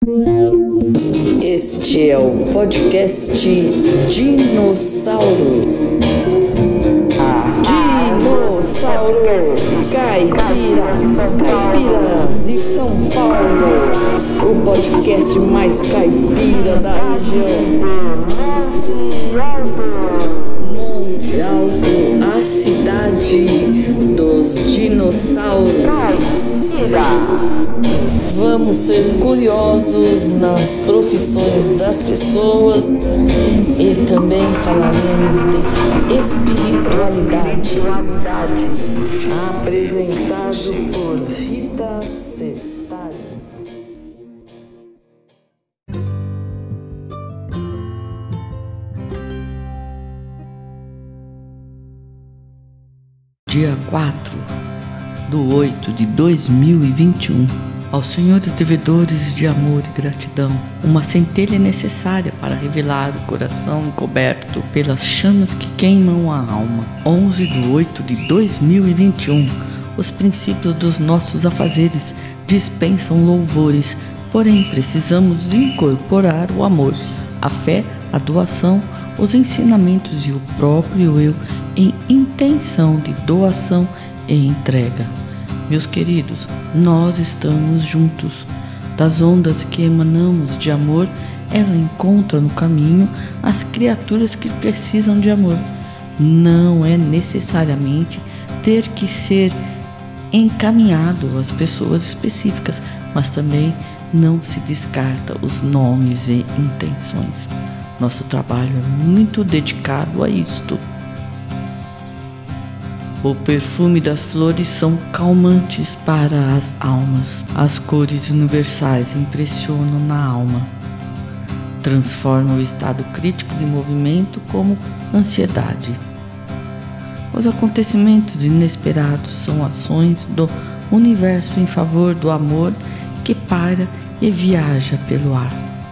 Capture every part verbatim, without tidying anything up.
Este é o podcast Dinossauro. Dinossauro Caipira, Caipira de São Paulo. O podcast mais caipira da região. Monte Alto, a cidade dos dinossauros. Vamos ser curiosos nas profissões das pessoas e também falaremos de espiritualidade. Apresentado por Rita Sestari. Dia quatro do oito de dois mil e vinte e um. Aos senhores devedores de amor e gratidão, uma centelha necessária para revelar o coração encoberto pelas chamas que queimam a alma. onze de oito de dois mil e vinte e um. Os princípios dos nossos afazeres dispensam louvores, porém precisamos incorporar o amor, a fé, a doação, os ensinamentos e o próprio eu em intenção de doação e entrega. Meus queridos, nós estamos juntos. Das ondas que emanamos de amor, ela encontra no caminho as criaturas que precisam de amor. Não é necessariamente ter que ser encaminhado às pessoas específicas, mas também não se descarta os nomes e intenções. Nosso trabalho é muito dedicado a isto. O perfume das flores são calmantes para as almas. As cores universais impressionam na alma. Transformam o estado crítico de movimento como ansiedade. Os acontecimentos inesperados são ações do universo em favor do amor que para e viaja pelo ar.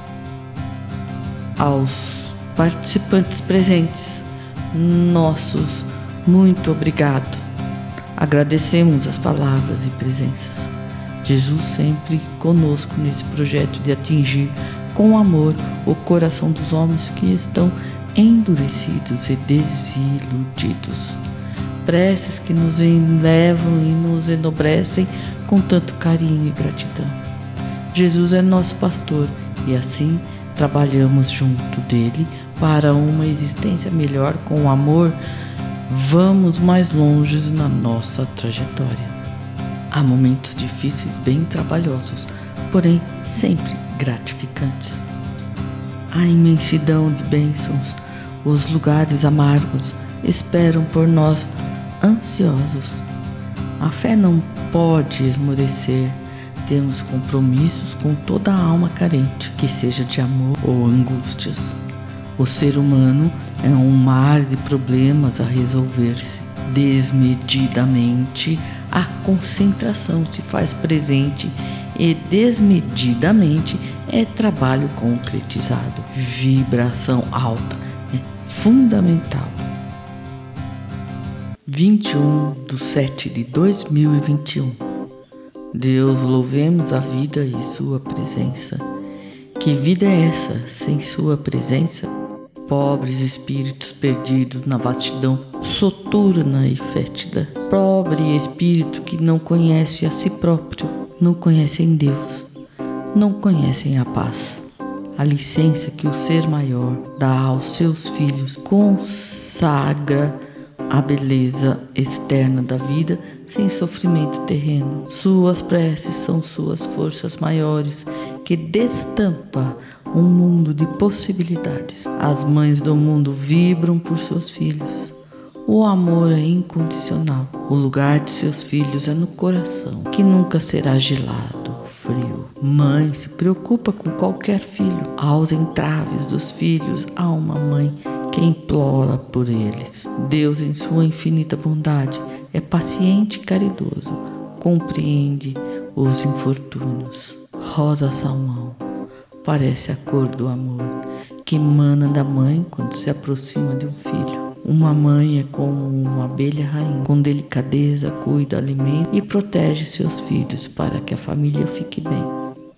Aos participantes presentes, nossos muito obrigado. Agradecemos as palavras e presenças. Jesus sempre conosco nesse projeto de atingir com amor o coração dos homens que estão endurecidos e desiludidos. Preces que nos elevam e nos enobrecem com tanto carinho e gratidão. Jesus é nosso pastor e assim trabalhamos junto dele para uma existência melhor com o amor. Vamos mais longe na nossa trajetória. Há momentos difíceis, bem trabalhosos, porém sempre gratificantes. A imensidão de bênçãos, os lugares amargos esperam por nós ansiosos. A fé não pode esmorecer. Temos compromissos com toda a alma carente, que seja de amor ou angústias. O ser humano é um mar de problemas a resolver-se. Desmedidamente, a concentração se faz presente e desmedidamente é trabalho concretizado. Vibração alta é fundamental. vinte e um de sete de dois mil e vinte e um. Deus, louvemos a vida e sua presença. Que vida é essa sem sua presença? Pobres espíritos perdidos na vastidão soturna e fétida. Pobre espírito que não conhece a si próprio, não conhecem Deus, não conhecem a paz. A licença que o ser maior dá aos seus filhos consagra a beleza externa da vida sem sofrimento terreno. Suas preces são suas forças maiores que destampa um mundo de possibilidades. As mães do mundo vibram por seus filhos. O amor é incondicional. O lugar de seus filhos é no coração, que nunca será gelado, frio. Mãe se preocupa com qualquer filho. Aos entraves dos filhos há uma mãe que implora por eles. Deus, em sua infinita bondade, é paciente e caridoso, compreende os infortúnios. Rosa salmão parece a cor do amor que emana da mãe quando se aproxima de um filho. Uma mãe é como uma abelha rainha, com delicadeza cuida, alimenta e protege seus filhos para que a família fique bem.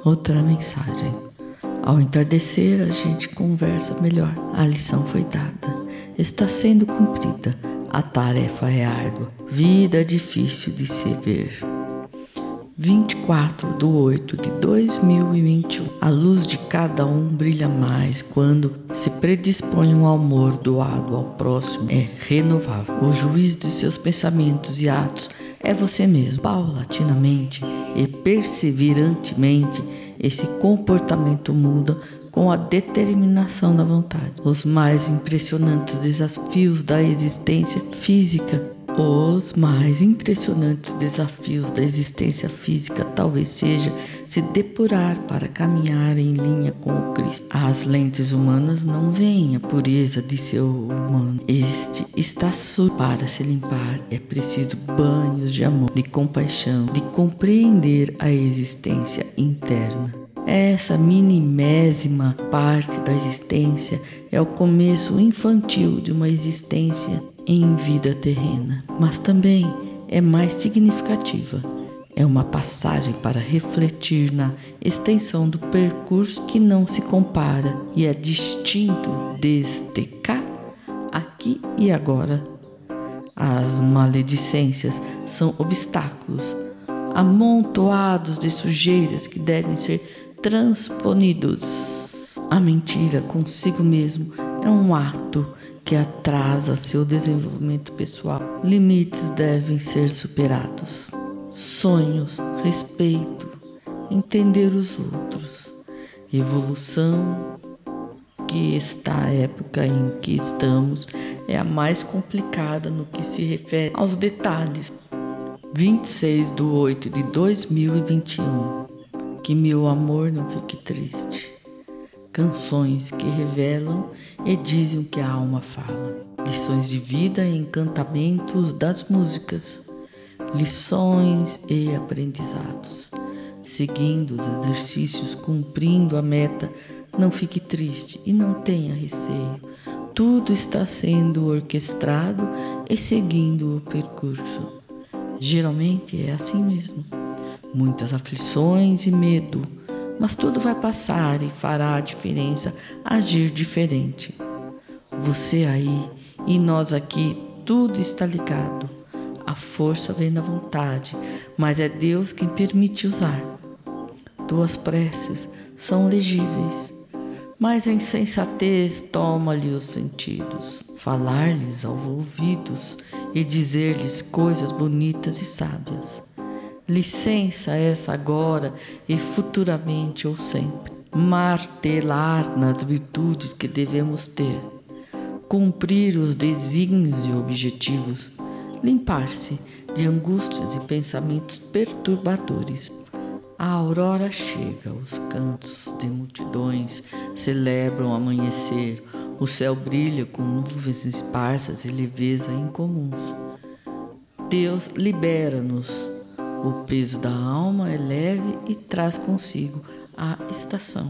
outra mensagem. Ao entardecer, a gente conversa melhor. A lição foi dada. Está sendo cumprida. A tarefa é árdua. Vida difícil de se ver. vinte e quatro de oito de dois mil e vinte e um. A luz de cada um brilha mais quando se predispõe um amor doado ao próximo. É renovável. O juiz de seus pensamentos e atos é você mesmo. Paulatinamente e perseverantemente, esse comportamento muda com a determinação da vontade. Os mais impressionantes desafios da existência física Os mais impressionantes desafios da existência física talvez seja se depurar para caminhar em linha com o Cristo. As lentes humanas não veem a pureza de seu humano. Este está sujo. Para se limpar é preciso banhos de amor, de compaixão, de compreender a existência interna. Essa minimésima parte da existência é o começo infantil de uma existência em vida terrena, mas também é mais significativa. É uma passagem para refletir na extensão do percurso que não se compara e é distinto desde cá, aqui e agora. As maledicências são obstáculos amontoados de sujeiras que devem ser transponidos. A mentira consigo mesmo é um ato que atrasa seu desenvolvimento pessoal. Limites devem ser superados. Sonhos, respeito, entender os outros. Evolução, que esta época em que estamos é a mais complicada no que se refere aos detalhes. vinte e seis de oito de dois mil e vinte e um. Que meu amor não fique triste. Canções que revelam e dizem o que a alma fala. Lições de vida e encantamentos das músicas. Lições e aprendizados. Seguindo os exercícios, cumprindo a meta, não fique triste e não tenha receio. Tudo está sendo orquestrado e seguindo o percurso. Geralmente é assim mesmo. Muitas aflições e medo, mas tudo vai passar e fará a diferença agir diferente. Você aí e nós aqui, tudo está ligado. A força vem da vontade, mas é Deus quem permite usar. Tuas preces são legíveis, mas a insensatez toma-lhe os sentidos. Falar-lhes aos ouvidos e dizer-lhes coisas bonitas e sábias. Licença essa agora e futuramente ou sempre. Martelar nas virtudes que devemos ter. Cumprir os desígnios e objetivos. Limpar-se de angústias e pensamentos perturbadores. A aurora chega, os cantos de multidões celebram o amanhecer. O céu brilha com nuvens esparsas e leveza incomuns. Deus libera-nos. O peso da alma é leve e traz consigo a estação.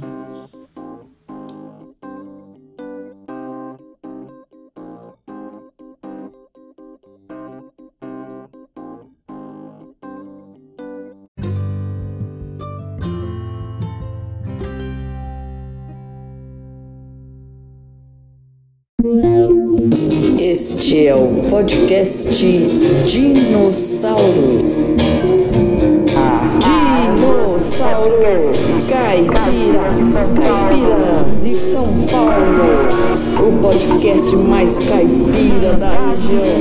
Este é o podcast Dinossauro. Dinossauro, caipira, caipira de São Paulo, o podcast mais caipira da região.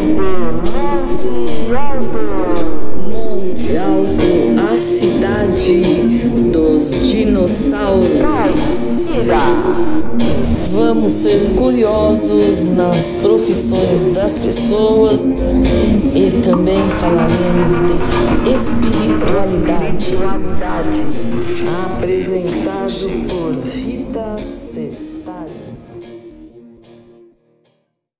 Monte Alto, a cidade dos dinossauros. Vamos ser curiosos nas profissões das pessoas e também falaremos de espiritualidade. Apresentado por Rita Sexta.